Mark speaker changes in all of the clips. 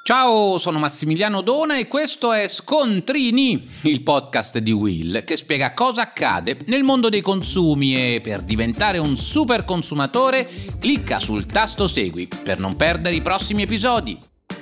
Speaker 1: Ciao, sono Massimiliano Dona e questo è Scontrini, il podcast di Will che spiega cosa accade nel mondo dei consumi e per diventare un super consumatore clicca sul tasto Segui per non perdere i prossimi episodi.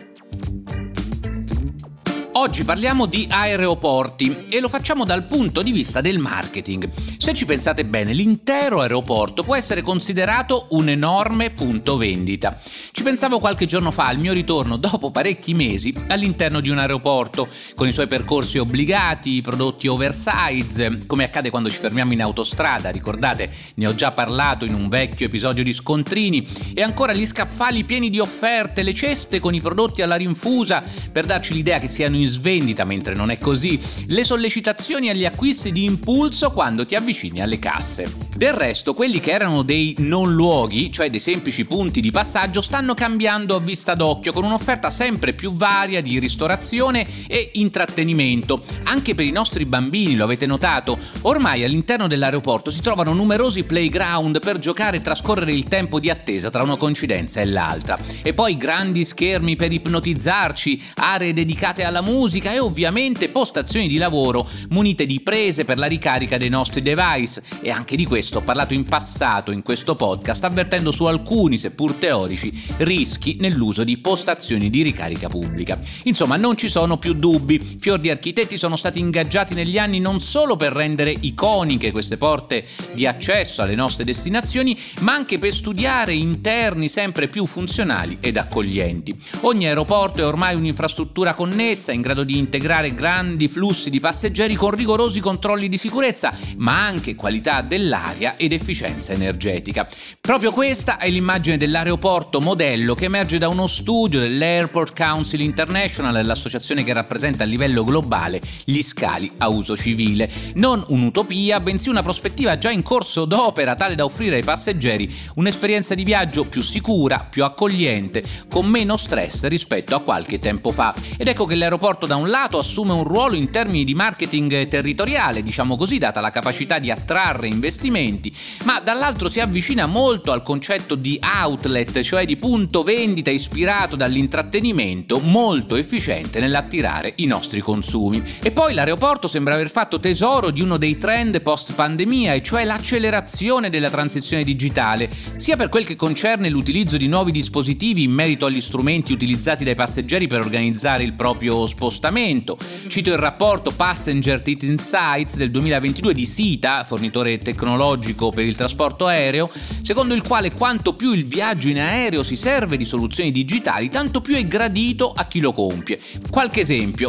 Speaker 1: Oggi parliamo di aeroporti e lo facciamo dal punto di vista del marketing. Se ci pensate bene, l'intero aeroporto può essere considerato un enorme punto vendita. Ci pensavo qualche giorno fa al mio ritorno dopo parecchi mesi all'interno di un aeroporto, con i suoi percorsi obbligati, i prodotti oversize, come accade quando ci fermiamo in autostrada, ricordate, ne ho già parlato in un vecchio episodio di Scontrini, e ancora gli scaffali pieni di offerte, le ceste con i prodotti alla rinfusa per darci l'idea che siano in svendita mentre non è così, le sollecitazioni agli acquisti di impulso quando ti avvicini alle casse. Del resto, quelli che erano dei non luoghi, cioè dei semplici punti di passaggio, stanno cambiando a vista d'occhio con un'offerta sempre più varia di ristorazione e intrattenimento. Anche per i nostri bambini, lo avete notato? Ormai all'interno dell'aeroporto si trovano numerosi playground per giocare e trascorrere il tempo di attesa tra una coincidenza e l'altra. E poi grandi schermi per ipnotizzarci, aree dedicate alla musica e ovviamente postazioni di lavoro munite di prese per la ricarica dei nostri device, e anche di questo ho parlato in passato in questo podcast, avvertendo su alcuni, seppur teorici, rischi nell'uso di postazioni di ricarica pubblica. Insomma, non ci sono più dubbi, fior di architetti sono stati ingaggiati negli anni non solo per rendere iconiche queste porte di accesso alle nostre destinazioni, ma anche per studiare interni sempre più funzionali ed accoglienti. Ogni aeroporto è ormai un'infrastruttura connessa in grado di integrare grandi flussi di passeggeri con rigorosi controlli di sicurezza, ma anche qualità dell'aria ed efficienza energetica. Proprio questa è l'immagine dell'aeroporto modello che emerge da uno studio dell'Airport Council International, l'associazione che rappresenta a livello globale gli scali a uso civile. Non un'utopia, bensì una prospettiva già in corso d'opera, tale da offrire ai passeggeri un'esperienza di viaggio più sicura, più accogliente, con meno stress rispetto a qualche tempo fa. Ed ecco che l'aeroporto da un lato assume un ruolo in termini di marketing territoriale, diciamo così, data la capacità di attrarre investimenti, ma dall'altro si avvicina molto al concetto di outlet, cioè di punto vendita ispirato dall'intrattenimento, molto efficiente nell'attirare i nostri consumi. E poi l'aeroporto sembra aver fatto tesoro di uno dei trend post pandemia, e cioè l'accelerazione della transizione digitale, sia per quel che concerne l'utilizzo di nuovi dispositivi in merito agli strumenti utilizzati dai passeggeri per organizzare il proprio spostamento. Cito il rapporto Passenger Tit Insights del 2022 di SITA, fornitore tecnologico per il trasporto aereo, secondo il quale quanto più il viaggio in aereo si serve di soluzioni digitali, tanto più è gradito a chi lo compie. Qualche esempio: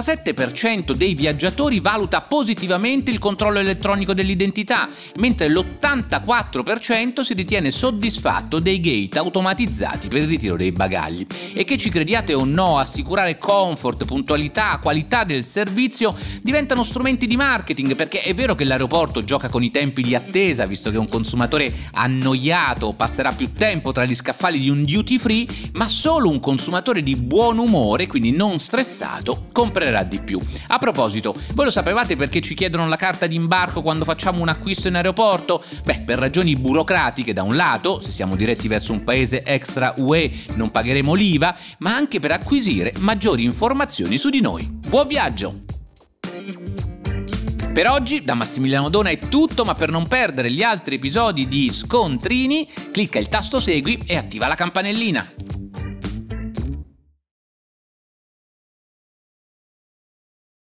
Speaker 1: l'87% dei viaggiatori valuta positivamente il controllo elettronico dell'identità, mentre l'84% si ritiene soddisfatto dei gate automatizzati per il ritiro dei bagagli. E che ci crediate o no, assicurare comfort, puntualità, qualità del servizio diventano strumenti di marketing, perché è vero che l'aeroporto gioca con i tempi di attesa, visto che un consumatore annoiato passerà più tempo tra gli scaffali di un duty free, ma solo un consumatore di buon umore, quindi non stressato, comprerà di più. A proposito, voi lo sapevate perché ci chiedono la carta d'imbarco quando facciamo un acquisto in aeroporto? Per ragioni burocratiche da un lato, se siamo diretti verso un paese extra UE non pagheremo l'IVA, ma anche per acquisire maggiori informazioni su di noi. Buon viaggio! Per oggi da Massimiliano Dona è tutto, ma per non perdere gli altri episodi di Scontrini, clicca il tasto Segui e attiva la campanellina.